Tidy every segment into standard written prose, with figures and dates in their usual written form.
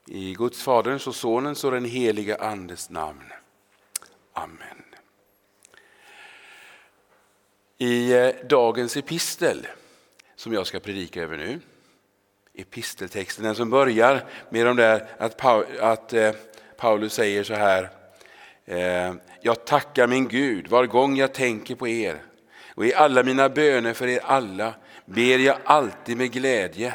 I Guds Faderns och Sonens och den heliga Andes namn. Amen. I dagens epistel som jag ska predika över nu, episteltexten, den som börjar med de där att Paulus säger så här: jag tackar min Gud var gång jag tänker på er, och i alla mina böner för er alla ber jag alltid med glädje.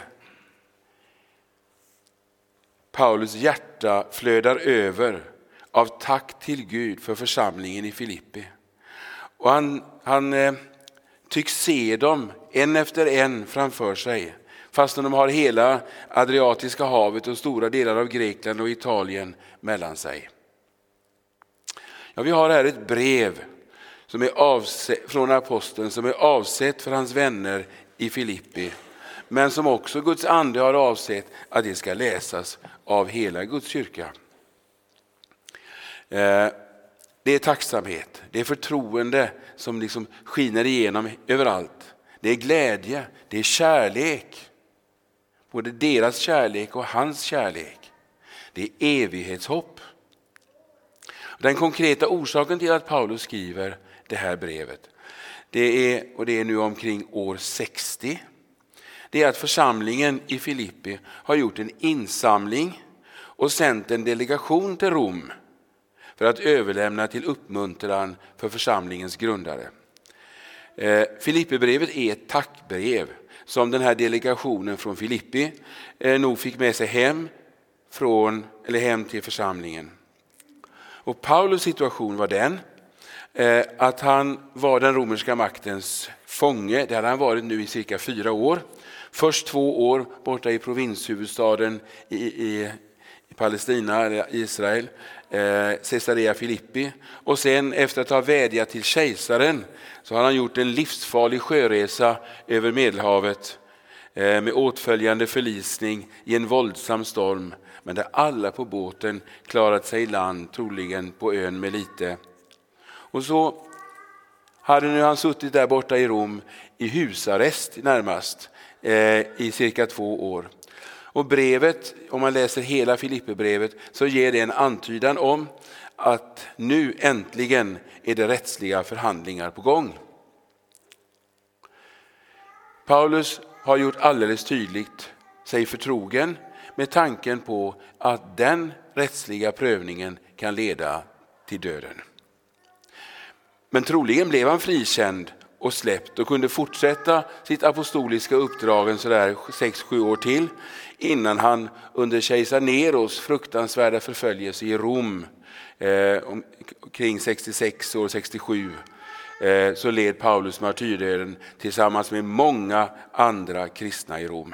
Paulus hjärta flödar över av tack till Gud för församlingen i Filippi. Och han tycks se dem en efter en framför sig, fastän de har hela Adriatiska havet och stora delar av Grekland och Italien mellan sig. Ja, vi har här ett brev som är från aposteln som är avsett för hans vänner i Filippi, men som också Guds ande har avsett att det ska läsas av hela Guds kyrka. Det är tacksamhet, det är förtroende som liksom skiner igenom överallt. Det är glädje, det är kärlek. Både deras kärlek och hans kärlek. Det är evighetshopp. Den konkreta orsaken till att Paulus skriver det här brevet, det är nu omkring år 60. Det är att församlingen i Filippi har gjort en insamling och sänt en delegation till Rom för att överlämna till uppmuntran för församlingens grundare. Filippibrevet är ett tackbrev som den här delegationen från Filippi nog fick med sig hem till församlingen. Och Paulus situation var den att han var den romerska maktens fånge. Det hade han varit nu i cirka 4 år. Först 2 år borta i provinshuvudstaden i Palestina, eller Israel, Caesarea Filippi. Och sen efter att ha vädjat till kejsaren så har han gjort en livsfarlig sjöresa över Medelhavet med åtföljande förlisning i en våldsam storm, men där alla på båten klarat sig i land, troligen på ön Melite. Och så hade nu han suttit där borta i Rom i husarrest närmast i cirka 2 år. Och brevet, om man läser hela Filippibrevet, så ger det en antydan om att nu äntligen är det rättsliga förhandlingar på gång. Paulus har gjort alldeles tydligt sig förtrogen med tanken på att den rättsliga prövningen kan leda till döden. Men troligen blev han frikänd och släppt och kunde fortsätta sitt apostoliska uppdrag sådär 6-7 år till, innan han under kejsar Neros fruktansvärda förföljelse i Rom kring 66 år 67 så led Paulus martyrdöden tillsammans med många andra kristna i Rom.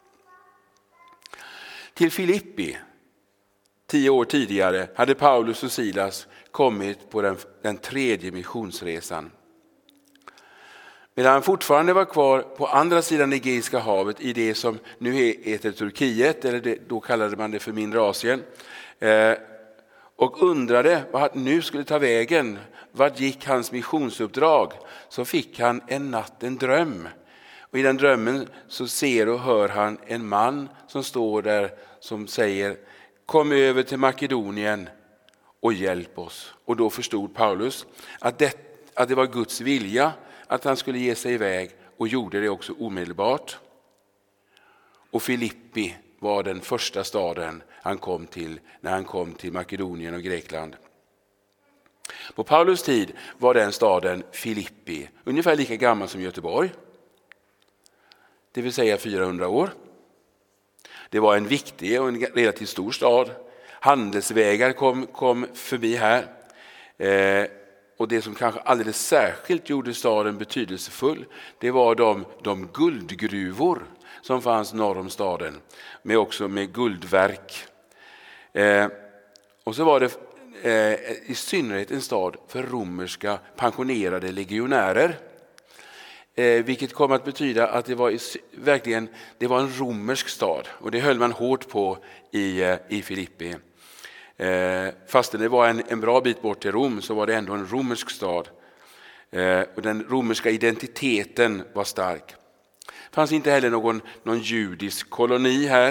Till Filippi 10 år tidigare hade Paulus och Silas kommit på den 3:e missionsresan. Medan han fortfarande var kvar på andra sidan Egeiska havet i det som nu heter Turkiet, eller då kallade man det för Mindre Asien, och undrade vad nu skulle ta vägen, vad gick hans missionsuppdrag, så fick han en natt en dröm. Och i den drömmen så ser och hör han en man som står där som säger: kom över till Makedonien och hjälp oss. Och då förstod Paulus att det var Guds vilja att han skulle ge sig iväg, och gjorde det också omedelbart. Och Filippi var den första staden han kom till när han kom till Makedonien och Grekland. På Paulus tid var den staden Filippi ungefär lika gammal som Göteborg. Det vill säga 400 år. Det var en viktig och en relativt stor stad. Handelsvägar kom förbi här. Och det som kanske alldeles särskilt gjorde staden betydelsefull, det var de guldgruvor som fanns norr om staden, med guldverk. Och så var det i synnerhet en stad för romerska pensionerade legionärer. Vilket kom att betyda att det var en romersk stad, och det höll man hårt på i Filippi. Fastän det var en bra bit bort till Rom, så var det ändå en romersk stad. Och den romerska identiteten var stark. Det fanns inte heller någon judisk koloni här.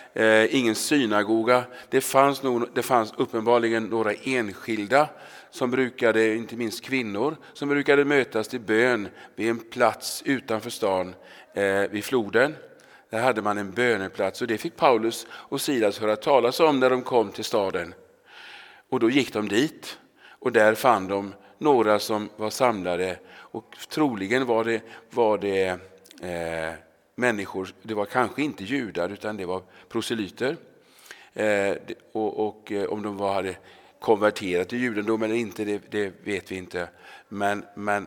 ingen synagoga. Det fanns uppenbarligen några enskilda som brukade, inte minst kvinnor, som brukade mötas till bön vid en plats utanför stan vid floden. Där hade man en böneplats och det fick Paulus och Silas höra talas om när de kom till staden. Och då gick de dit och där fann de några som var samlade och troligen var det människor, det var kanske inte judar utan det var proselyter. Och om de hade konverterat till judendom eller inte, det vet vi inte. Men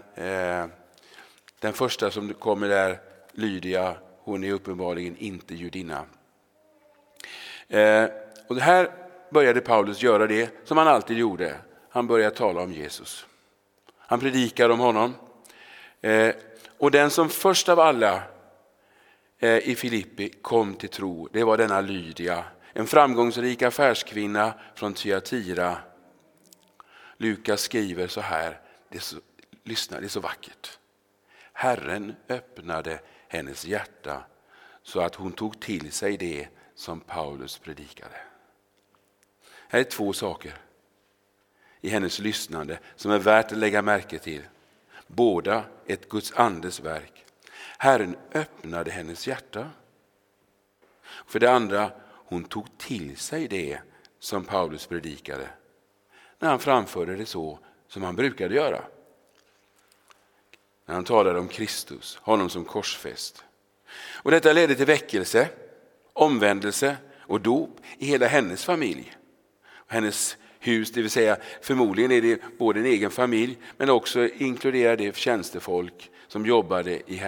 den första som kommer där, Lydia, hon är uppenbarligen inte judinna. Och det här började Paulus göra det som han alltid gjorde. Han började tala om Jesus. Han predikade om honom. Och den som först av alla i Filippi kom till tro, det var denna Lydia. En framgångsrik affärskvinna från Thyatira. Lukas skriver så här, lyssna, det är så vackert. Herren öppnade hennes hjärta så att hon tog till sig det som Paulus predikade. Här är två saker i hennes lyssnande som är värt att lägga märke till. Båda ett Guds andes verk. Herren öppnade hennes hjärta. För det andra, hon tog till sig det som Paulus predikade. När han framförde det så som han brukade göra. När han talade om Kristus, honom som korsfäst. Och detta ledde till väckelse, omvändelse och dop i hela hennes familj. Hennes hus, det vill säga förmodligen är det både en egen familj men också inkluderar det tjänstefolk som jobbade i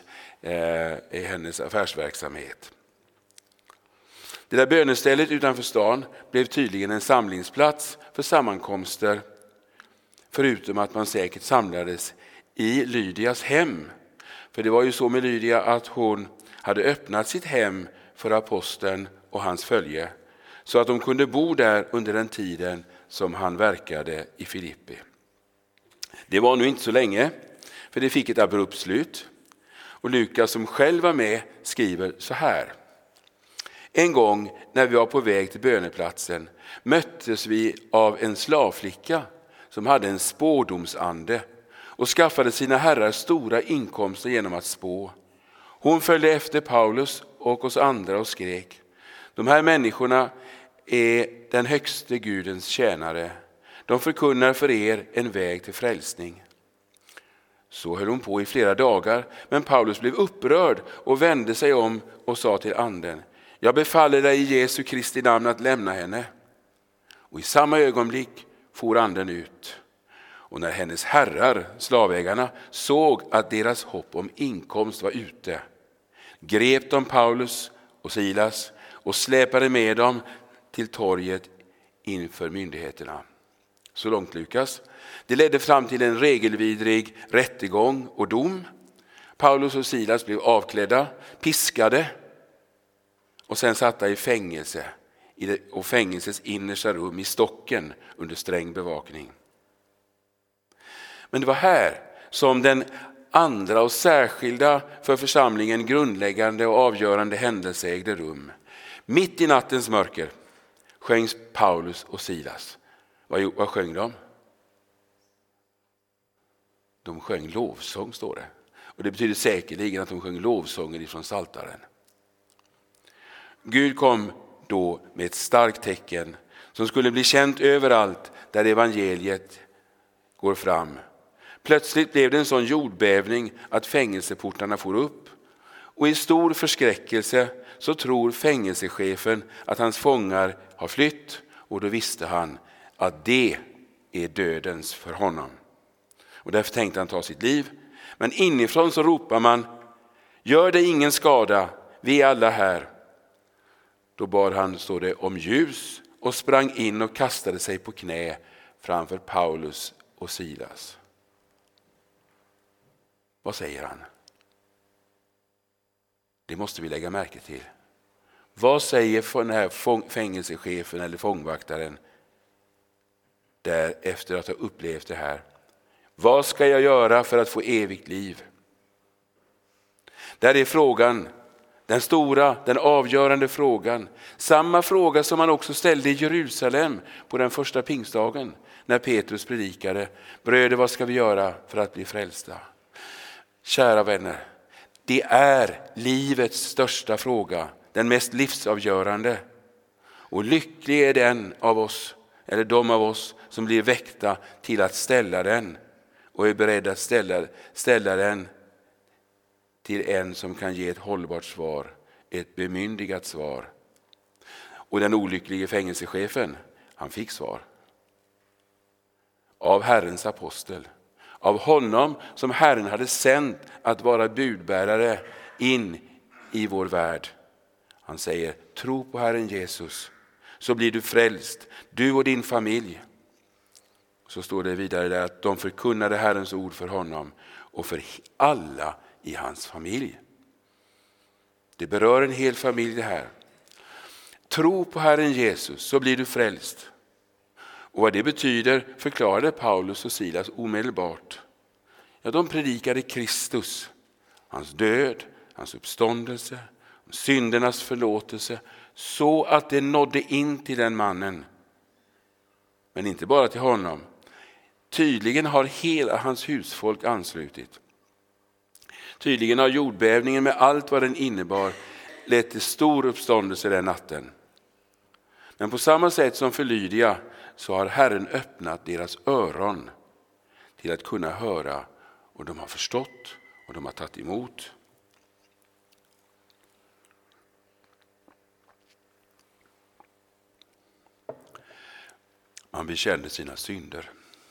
hennes affärsverksamhet. Det där bönestället utanför stan blev tydligen en samlingsplats för sammankomster, förutom att man säkert samlades i Lydias hem. För det var ju så med Lydia att hon hade öppnat sitt hem för aposteln och hans följe, så att de kunde bo där under den tiden som han verkade i Filippi. Det var nu inte så länge, för det fick ett abrupt slut. Och Lukas som själv var med skriver så här. En gång när vi var på väg till böneplatsen möttes vi av en slavflicka som hade en spådomsande och skaffade sina herrar stora inkomster genom att spå. Hon följde efter Paulus och oss andra och skrek. De här människorna är den högste Gudens tjänare. De förkunnar för er en väg till frälsning. Så höll hon på i flera dagar, men Paulus blev upprörd och vände sig om och sa till anden. Jag befaller dig i Jesu Kristi namn att lämna henne. Och i samma ögonblick for anden ut. Och när hennes herrar, slavägarna, såg att deras hopp om inkomst var ute, grep de Paulus och Silas och släpade med dem till torget inför myndigheterna. Så långt Lukas. Det ledde fram till en regelvidrig rättegång och dom. Paulus och Silas blev avklädda, piskade och sen satta i fängelse och fängelsets innersta rum i stocken under sträng bevakning. Men det var här som den andra och särskilda för församlingen grundläggande och avgörande händelse ägde rum. Mitt i nattens mörker sjöng Paulus och Silas. Vad sjöng de? De sjöng lovsång, står det. Och det betyder säkerligen att de sjöng lovsånger ifrån Psaltaren. Gud kom då med ett starkt tecken som skulle bli känt överallt där evangeliet går fram. Plötsligt blev det en sån jordbävning att fängelseportarna for upp. Och i stor förskräckelse så tror fängelsechefen att hans fångar har flytt. Och då visste han att det är dödens för honom. Och därför tänkte han ta sitt liv. Men inifrån så ropar man, gör det ingen skada, vi är alla här. Då bar han, står det, om ljus och sprang in och kastade sig på knä framför Paulus och Silas. Vad säger han? Det måste vi lägga märke till. Vad säger den här fängelsechefen eller fångvaktaren där efter att ha upplevt det här? Vad ska jag göra för att få evigt liv? Där är frågan Den stora, den avgörande frågan. Samma fråga som man också ställde i Jerusalem på den första pingstdagen när Petrus predikade. Bröder, vad ska vi göra för att bli frälsta? Kära vänner, det är livets största fråga. Den mest livsavgörande. Och lycklig är den av oss, eller de av oss som blir väckta till att ställa den. Och är beredda att ställa den till en som kan ge ett hållbart svar, ett bemyndigat svar. Och den olycklige fängelsechefen, han fick svar. Av Herrens apostel. Av honom som Herren hade sänt att vara budbärare in i vår värld. Han säger, tro på Herren Jesus så blir du frälst, du och din familj. Så står det vidare där att de förkunnade Herrens ord för honom och för alla i hans familj. Det berör en hel familj det här. Tro på Herren Jesus så blir du frälst. Och vad det betyder förklarade Paulus och Silas omedelbart. Ja, de predikade Kristus, hans död, hans uppståndelse, syndernas förlåtelse, så att det nådde in till den mannen. Men inte bara till honom. Tydligen har hela hans husfolk anslutit. Tydligen har jordbävningen med allt vad den innebar lett till stor uppståndelse den natten. Men på samma sätt som för Lydia så har Herren öppnat deras öron till att kunna höra, och de har förstått och de har tagit emot. Man bekände sina synder.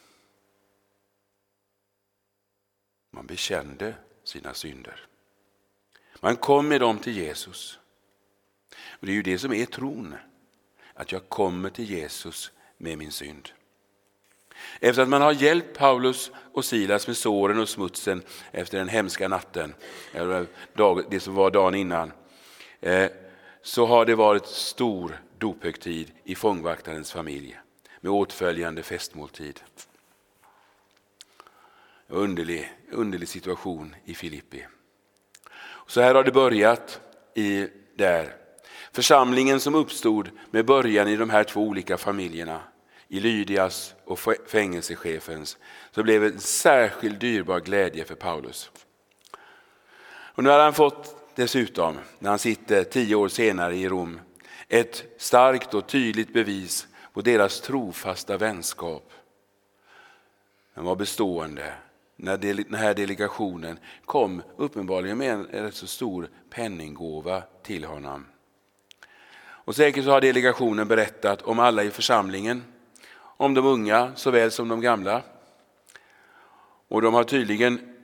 Man bekände sina synder. Man kom med dem till Jesus. Och det är ju det som är tron. Att jag kommer till Jesus med min synd. Efter att man har hjälpt Paulus och Silas med såren och smutsen efter den hemska natten, eller det som var dagen innan, så har det varit stor dophögtid i fångvaktarens familj med åtföljande festmåltid. Underlig situation i Filippi. Så här har det börjat där. Församlingen som uppstod med början i de här två olika familjerna, i Lydias och fängelsechefens, så blev en särskild dyrbar glädje för Paulus. Och nu har han fått dessutom, när han sitter 10 år senare i Rom, ett starkt och tydligt bevis på deras trofasta vänskap. Den var bestående. När den här delegationen kom uppenbarligen med en rätt så stor penninggåva till honom. Och säkert så har delegationen berättat om alla i församlingen, om de unga såväl som de gamla. Och de har tydligen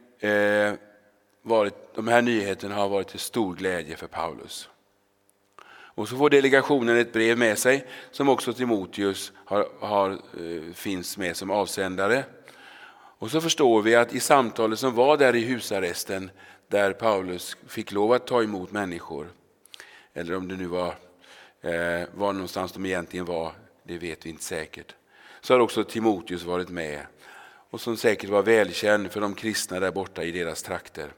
de här nyheterna har varit till stor glädje för Paulus. Och så får delegationen ett brev med sig som också Timoteus finns med som avsändare. Och så förstår vi att i samtalet som var där i husarresten, där Paulus fick lov att ta emot människor, eller om det nu var någonstans de egentligen var, det vet vi inte säkert, så har också Timoteus varit med, och som säkert var välkänd för de kristna där borta i deras trakter.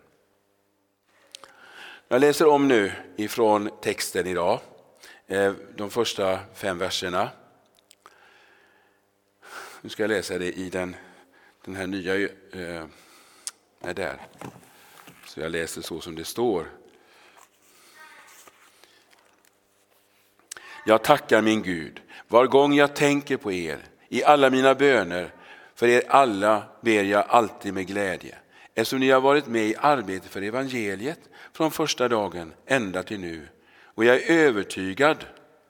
Jag läser om nu ifrån texten idag, de första 5 verserna. Nu ska jag läsa det i den här nya är där. Så jag läser så som det står. Jag tackar min Gud var gång jag tänker på er. I alla mina böner för er alla ber jag alltid med glädje. Eftersom ni har varit med i arbetet för evangeliet från första dagen ända till nu. Och jag är övertygad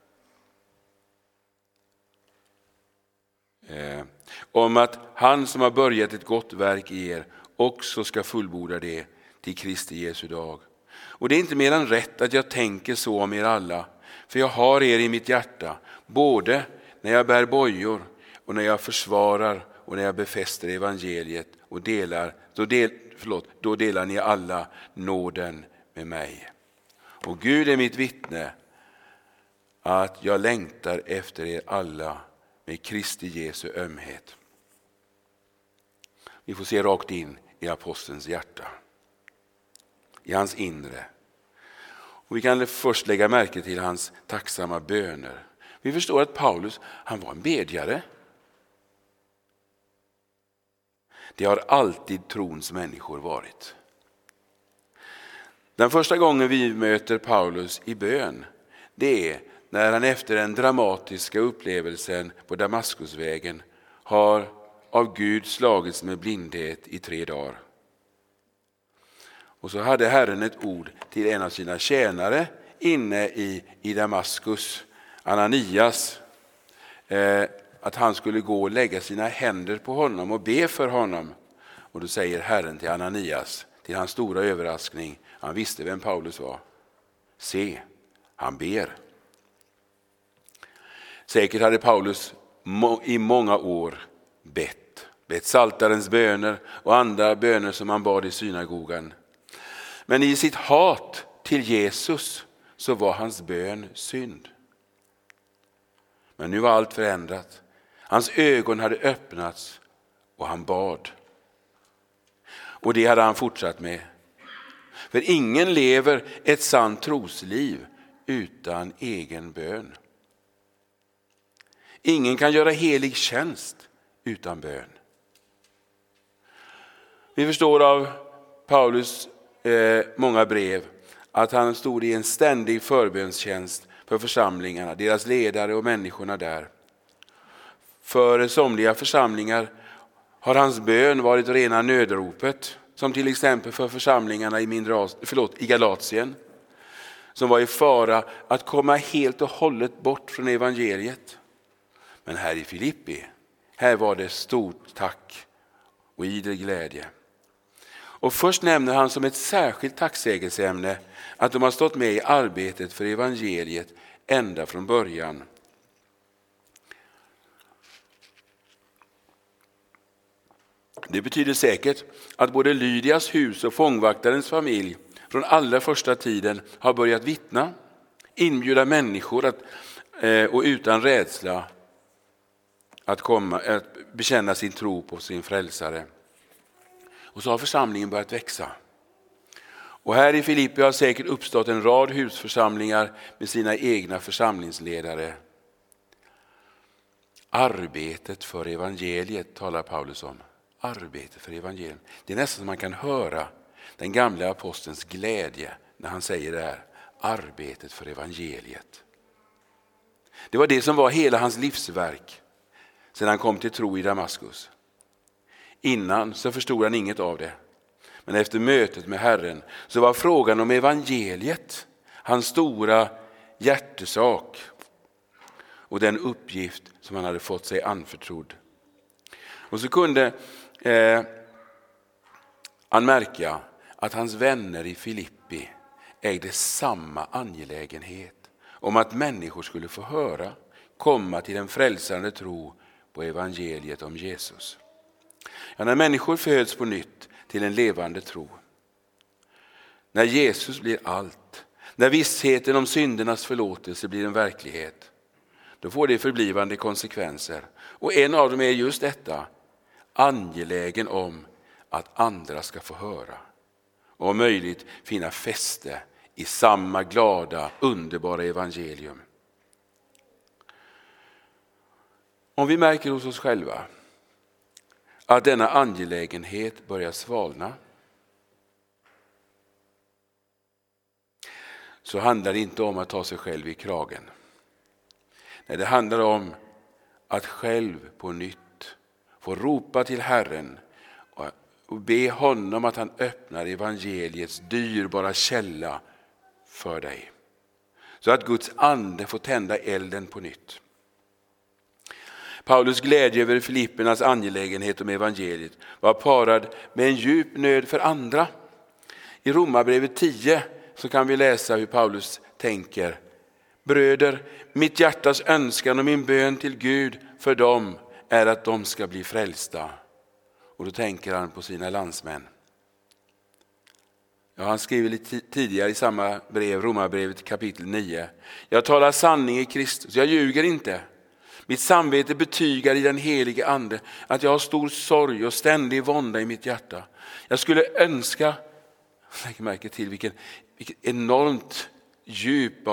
om att han som har börjat ett gott verk i er också ska fullborda det till Kristi Jesu dag. Och det är inte mer än rätt att jag tänker så om er alla, för jag har er i mitt hjärta, både när jag bär bojor och när jag försvarar och när jag befäster evangeliet och då delar ni alla nåden med mig. Och Gud är mitt vittne att jag längtar efter er alla med Kristi Jesu ömhet. Vi får se rakt in i apostelns hjärta, i hans inre. Och vi kan först lägga märke till hans tacksamma böner. Vi förstår att Paulus, han var en bedjare. Det har alltid trons människor varit. Den första gången vi möter Paulus i bön, det är när han efter den dramatiska upplevelsen på Damaskusvägen har av Gud slagits med blindhet i 3 dagar. Och så hade Herren ett ord till en av sina tjänare inne i Damaskus, Ananias, att han skulle gå och lägga sina händer på honom och be för honom. Och då säger Herren till Ananias, till hans stora överraskning, han visste vem Paulus var: se, han ber. Säkert hade Paulus i många år bett psaltarens böner och andra böner som han bad i synagogan. Men i sitt hat till Jesus så var hans bön synd. Men nu var allt förändrat. Hans ögon hade öppnats och han bad. Och det hade han fortsatt med. För ingen lever ett sant trosliv utan egen bön. Ingen kan göra helig tjänst utan bön. Vi förstår av Paulus många brev att han stod i en ständig förbönstjänst för församlingarna, deras ledare och människorna där. För somliga församlingar har hans bön varit rena nödropet, som till exempel för församlingarna i Galatien, som var i fara att komma helt och hållet bort från evangeliet. Men här i Filippi, här var det stort tack och idel glädje. Och först nämner han som ett särskilt tacksägelseämne att de har stått med i arbetet för evangeliet ända från början. Det betyder säkert att både Lydias hus och fångvaktarens familj från allra första tiden har börjat vittna, inbjuda människor och utan rädsla att bekänna sin tro på sin frälsare. Och så har församlingen börjat växa. Och här i Filippi har säkert uppstått en rad husförsamlingar med sina egna församlingsledare. Arbetet för evangeliet talar Paulus om. Arbetet för evangeliet. Det är nästan som man kan höra den gamla apostelns glädje när han säger det här. Arbetet för evangeliet. Det var det som var hela hans livsverk sedan han kom till tro i Damaskus. Innan så förstod han inget av det. Men efter mötet med Herren så var frågan om evangeliet hans stora hjärtesak och den uppgift som han hade fått sig anförtrodd. Och så kunde han märka att hans vänner i Filippi ägde samma angelägenhet om att människor skulle få höra, komma till en frälsande tro på evangeliet om Jesus. Ja, när människor föds på nytt till en levande tro, när Jesus blir allt, när vissheten om syndernas förlåtelse blir en verklighet, då får det förblivande konsekvenser. Och en av dem är just detta, angelägen om att andra ska få höra och om möjligt finna fäste i samma glada, underbara evangelium. Om vi märker hos oss själva att denna angelägenhet börjar svalna, så handlar det inte om att ta sig själv i kragen. Nej, det handlar om att själv på nytt få ropa till Herren och be honom att han öppnar evangeliets dyrbara källa för dig. Så att Guds ande får tända elden på nytt. Paulus glädje över Filippernas angelägenhet om evangeliet var parad med en djup nöd för andra. I Romarbrevet 10 så kan vi läsa hur Paulus tänker. Bröder, mitt hjärtas önskan och min bön till Gud för dem är att de ska bli frälsta. Och då tänker han på sina landsmän. Ja, han skriver lite tidigare i samma brev, Romarbrevet kapitel 9. Jag talar sanning i Kristus, jag ljuger inte. Mitt samvete betygar i den helige ande att jag har stor sorg och ständig vånda i mitt hjärta. Jag skulle önska, lägg märke till vilken enormt djup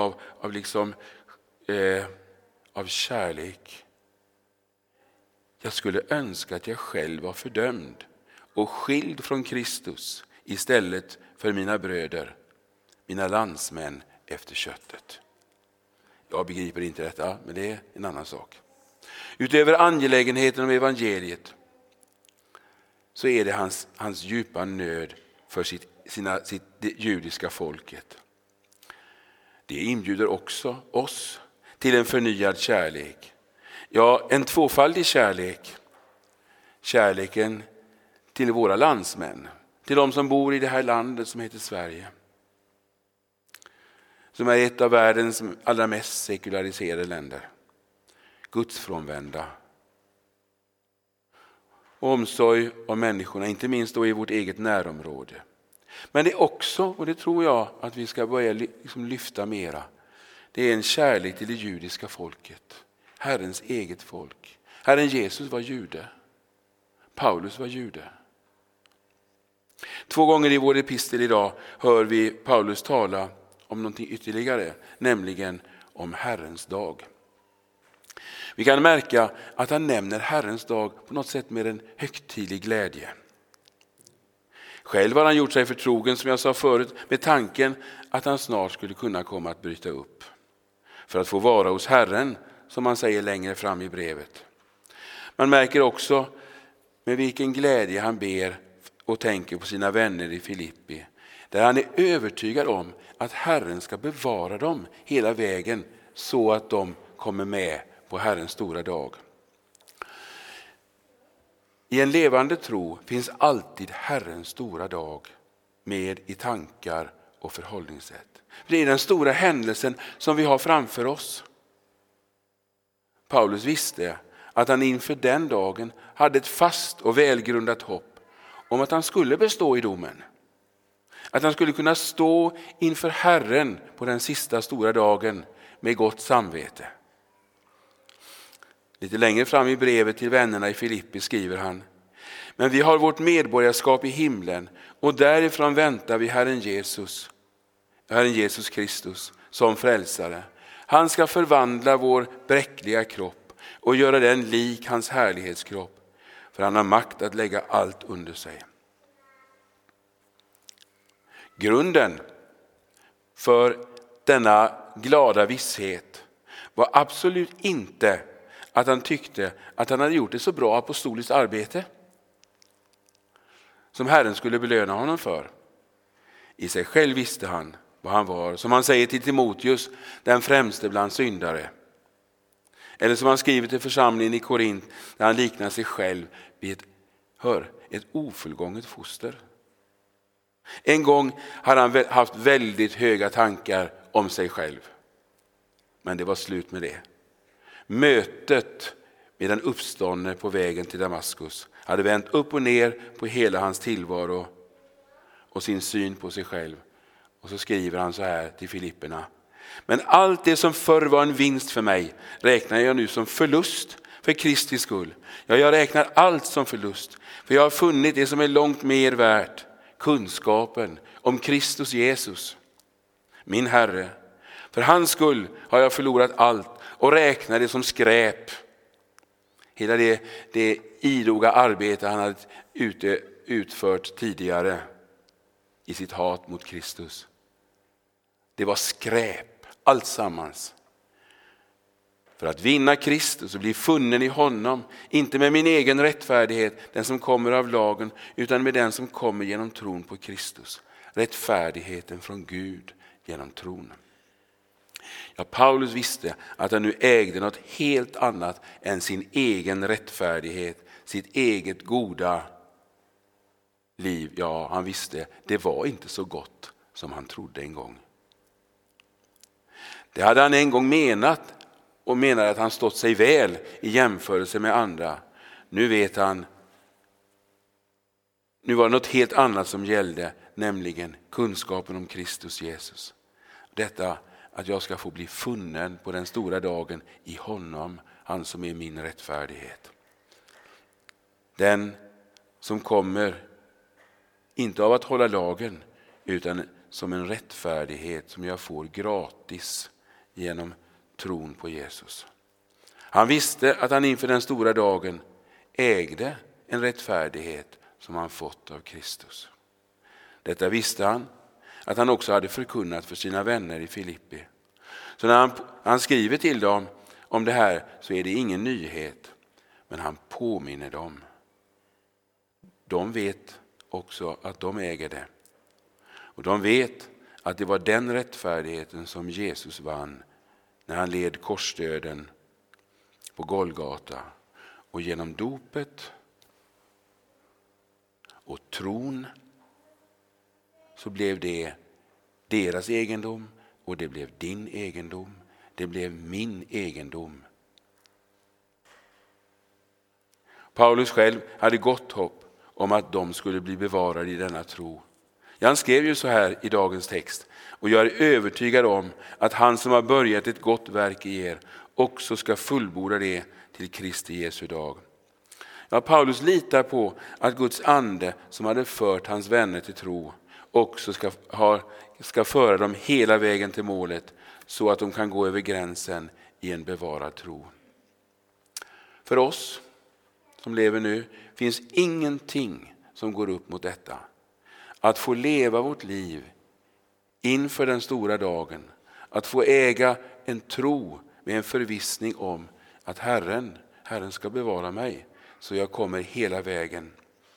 av kärlek. Jag skulle önska att jag själv var fördömd och skild från Kristus istället för mina bröder, mina landsmän efter köttet. Jag begriper inte detta, men det är en annan sak. Utöver angelägenheten om evangeliet så är det hans djupa nöd för det judiska folket. Det inbjuder också oss till en förnyad kärlek. Ja, en tvåfaldig kärlek. Kärleken till våra landsmän, till de som bor i det här landet som heter Sverige. Som är ett av världens allra mest sekulariserade länder. Gudsfrånvända. Omsorg om människorna, inte minst då i vårt eget närområde. Men det är också, och det tror jag att vi ska börja lyfta mera, det är en kärlek till det judiska folket. Herrens eget folk. Herren Jesus var jude. Paulus var jude. 2 gånger i vår epistel idag hör vi Paulus tala om någonting ytterligare, nämligen om Herrens dag. Vi kan märka att han nämner Herrens dag på något sätt med en högtidlig glädje. Själv har han gjort sig förtrogen, som jag sa förut, med tanken att han snart skulle kunna komma att bryta upp. För att få vara hos Herren, som han säger längre fram i brevet. Man märker också med vilken glädje han ber och tänker på sina vänner i Filippi. Där han är övertygad om att Herren ska bevara dem hela vägen så att de kommer med på Herrens stora dag. I en levande tro finns alltid Herrens stora dag med i tankar och förhållningssätt. Det är den stora händelsen som vi har framför oss. Paulus visste att han inför den dagen hade ett fast och välgrundat hopp om att han skulle bestå i domen. Att han skulle kunna stå inför Herren på den sista stora dagen med gott samvete. Lite längre fram i brevet till vännerna i Filippi skriver han: men vi har vårt medborgarskap i himlen och därifrån väntar vi Herren Jesus Kristus som frälsare. Han ska förvandla vår bräckliga kropp och göra den lik hans härlighetskropp, för han har makt att lägga allt under sig. Grunden för denna glada visshet var absolut inte att han tyckte att han hade gjort ett så bra apostoliskt arbete som Herren skulle belöna honom för. I sig själv visste han vad han var, som han säger till Timoteus, den främste bland syndare. Eller som han skriver till församlingen i Korint, där han liknar sig själv vid ett ofullgånget foster. En gång hade han haft väldigt höga tankar om sig själv. Men det var slut med det. Mötet med den uppståndne på vägen till Damaskus hade vänt upp och ner på hela hans tillvaro och sin syn på sig själv. Och så skriver han så här till Filipperna: men allt det som förr var en vinst för mig räknar jag nu som förlust för Kristi skull. Ja, jag räknar allt som förlust, för jag har funnit det som är långt mer värt, kunskapen om Kristus Jesus, min Herre. För hans skull har jag förlorat allt och räknar det som skräp. Hela det idoga arbete han hade utfört tidigare i sitt hat mot Kristus. Det var skräp, allt sammans. För att vinna Kristus och bli funnen i honom, inte med min egen rättfärdighet, den som kommer av lagen, utan med den som kommer genom tron på Kristus. Rättfärdigheten från Gud genom tron. Ja, Paulus visste att han nu ägde något helt annat än sin egen rättfärdighet, sitt eget goda liv. Ja, han visste det var inte så gott som han trodde en gång. Det hade han en gång menat och menade att han stått sig väl i jämförelse med andra. Nu vet han, nu var det något helt annat som gällde, nämligen kunskapen om Kristus Jesus. Detta att jag ska få bli funnen på den stora dagen i honom, han som är min rättfärdighet. Den som kommer inte av att hålla lagen, utan som en rättfärdighet som jag får gratis genom tron på Jesus. Han visste att han inför den stora dagen ägde en rättfärdighet som han fått av Kristus. Detta visste han att han också hade förkunnat för sina vänner i Filippi. Så när han skriver till dem om det här så är det ingen nyhet, men han påminner dem. De vet också att de äger det. Och de vet att det var den rättfärdigheten som Jesus vann när han led korsdöden på Golgata. Och genom dopet och tron så blev det deras egendom och det blev din egendom. Det blev min egendom. Paulus själv hade gott hopp om att de skulle bli bevarade i denna tro. Han skrev ju så här i dagens text: och jag är övertygad om att han som har börjat ett gott verk i er också ska fullborda det till Kristi Jesu dag. Ja, Paulus litar på att Guds ande som hade fört hans vänner till tro också ska föra dem hela vägen till målet så att de kan gå över gränsen i en bevarad tro. För oss som lever nu finns ingenting som går upp mot detta. Att få leva vårt liv inför den stora dagen. Att få äga en tro med en förvissning om att Herren ska bevara mig så jag kommer hela vägen.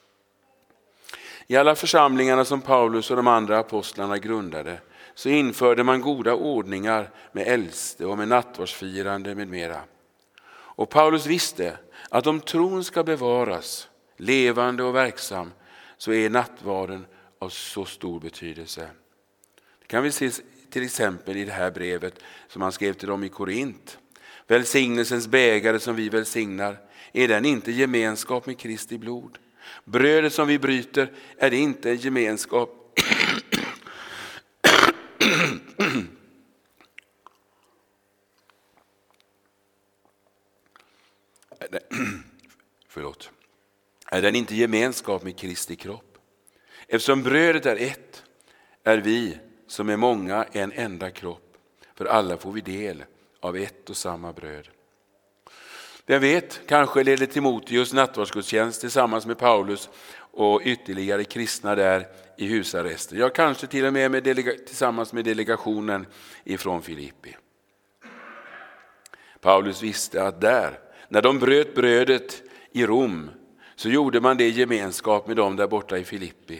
I alla församlingarna som Paulus och de andra apostlarna grundade så införde man goda ordningar med äldste och med nattvardsfirande med mera. Och Paulus visste att om tron ska bevaras levande och verksam så är nattvarden av så stor betydelse. Det kan vi se till exempel i det här brevet som han skrev till dem i Korint. Välsignelsens bägare som vi välsignar, är den inte gemenskap med Kristi blod? Brödet som vi bryter, är det inte en gemenskap Är den inte gemenskap med Kristi kropp? Eftersom brödet är ett, är vi som är många en enda kropp. För alla får vi del av ett och samma bröd. Vem vet, kanske leder Timoteus nattvardsgudstjänst tillsammans med Paulus och ytterligare kristna där i husarresten. Ja, kanske till och med tillsammans med delegationen ifrån Filippi. Paulus visste att när de bröt brödet i Rom så gjorde man det i gemenskap med dem där borta i Filippi.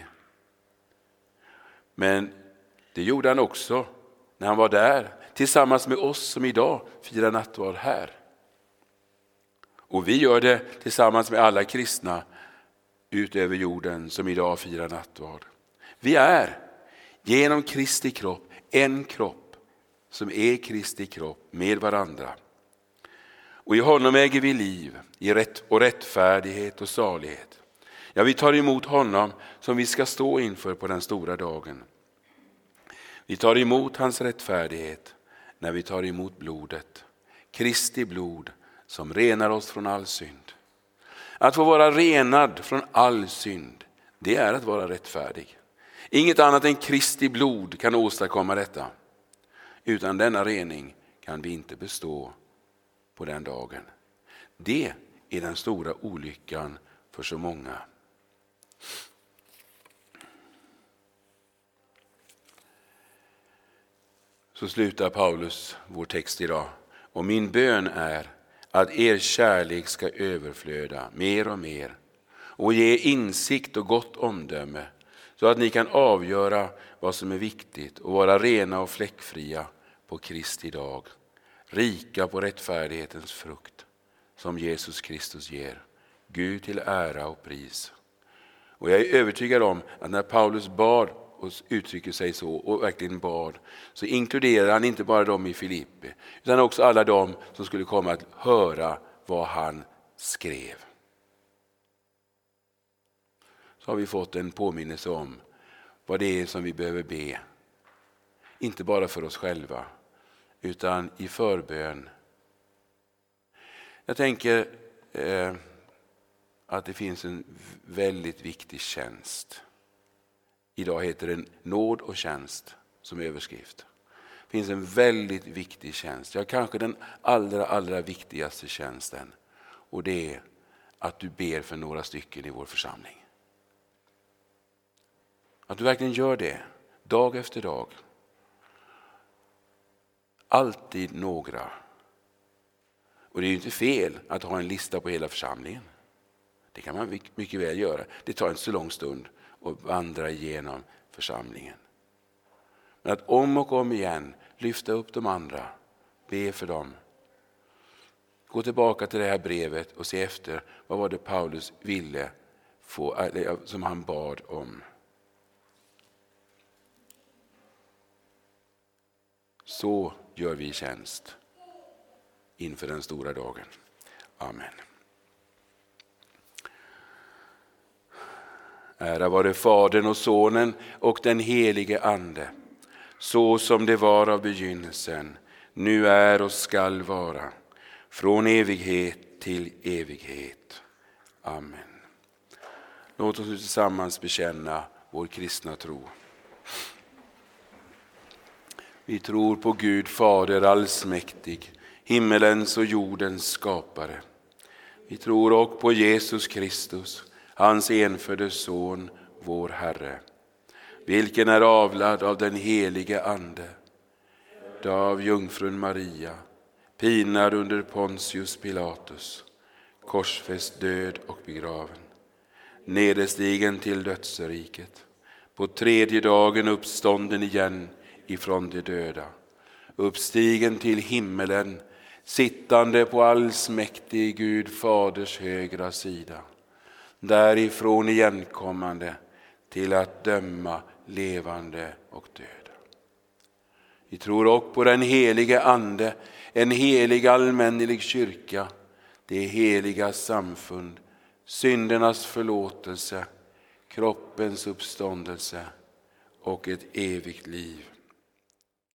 Men det gjorde han också när han var där tillsammans med oss som idag firar nattvard här. Och vi gör det tillsammans med alla kristna utöver jorden som idag firar nattvard. Vi är genom Kristi kropp en kropp som är Kristi kropp med varandra. Och i honom äger vi liv i rätt och rättfärdighet och salighet. Ja, vi tar emot honom som vi ska stå inför på den stora dagen. Vi tar emot hans rättfärdighet när vi tar emot blodet. Kristi blod som renar oss från all synd. Att få vara renad från all synd, det är att vara rättfärdig. Inget annat än Kristi blod kan åstadkomma detta. Utan denna rening kan vi inte bestå på den dagen. Det är den stora olyckan för så många. Så slutar Paulus vår text idag. Och min bön är att er kärlek ska överflöda mer och mer och ge insikt och gott omdöme så att ni kan avgöra vad som är viktigt och vara rena och fläckfria på Kristi dag. Rika på rättfärdighetens frukt som Jesus Kristus ger. Gud till ära och pris. Och jag är övertygad om att när Paulus bad och uttrycker sig så och verkligen bad så inkluderar han inte bara dem i Filippi utan också alla dem som skulle komma att höra vad han skrev. Så har vi fått en påminnelse om vad det är som vi behöver be. Inte bara för oss själva utan i förbön. Jag tänker att det finns en väldigt viktig tjänst Idag heter det nåd och tjänst som överskrift. Det finns en väldigt viktig tjänst. Ja, kanske den allra viktigaste tjänsten. Och det är att du ber för några stycken i vår församling. Att du verkligen gör det dag efter dag. Alltid några. Och det är ju inte fel att ha en lista på hela församlingen. Det kan man mycket väl göra. Det tar inte så lång stund att vandra igenom församlingen. Men att om och om igen lyfta upp de andra, be för dem. Gå tillbaka till det här brevet och se efter vad var det Paulus ville få, som han bad om. Så gör vi tjänst inför den stora dagen. Amen. Ära vare Fadern och Sonen och den helige Ande, så som det var av begynnelsen, nu är och skall vara, från evighet till evighet. Amen. Låt oss tillsammans bekänna vår kristna tro. Vi tror på Gud Fader allsmäktig, himmelens och jordens skapare. Vi tror också på Jesus Kristus, hans enfödde son, vår Herre, vilken är avlad av den helige Ande, av jungfrun Maria, pinad under Pontius Pilatus, korsfäst, död och begraven, nederstigen till dödsriket, på tredje dagen uppstånden igen ifrån de döda, uppstigen till himmelen, sittande på allsmäktig Gud Faders högra sida, därifrån igenkommande till att döma levande och döda. Vi tror också på den helige Ande, en helig allmännelig kyrka, det heliga samfund, syndernas förlåtelse, kroppens uppståndelse och ett evigt liv.